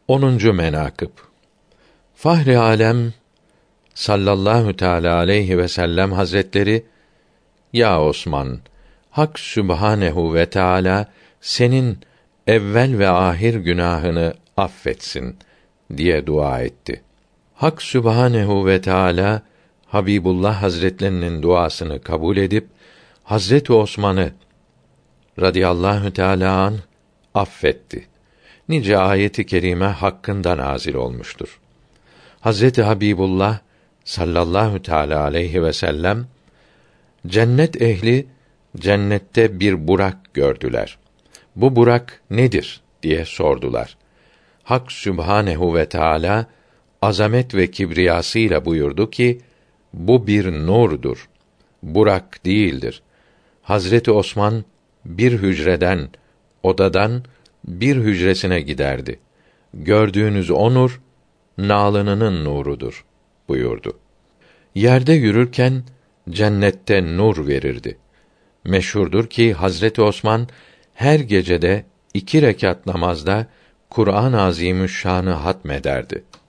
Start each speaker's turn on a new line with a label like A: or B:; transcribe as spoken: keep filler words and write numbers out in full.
A: onuncu menakıb Fahri Alem sallallahu teâlâ aleyhi ve sellem Hazretleri, ya Osman, Hak Sübhanehu ve Teâlâ senin evvel ve ahir günahını affetsin diye dua etti. Hak Sübhanehu ve Teâlâ Habibullah Hazretlerinin duasını kabul edip Hazreti Osman'ı radıyallahu teâlâ anh affetti. Nice ayet-i kerime hakkında nazil olmuştur. Hazreti Habibullah sallallahu teâlâ aleyhi ve sellem, cennet ehli cennette bir burak gördüler. Bu burak nedir diye sordular. Hak Sübhanehu ve Teâlâ azamet ve kibriyasıyla buyurdu ki, bu bir nurdur. Burak değildir. Hazreti Osman bir hücreden, odadan bir hücresine giderdi. Gördüğünüz o nur, nalınının nurudur buyurdu. Yerde yürürken cennette nur verirdi. Meşhurdur ki Hazreti Osman her gecede iki rekat namazda Kur'an-ı Azimüşşan'ı hatmederdi.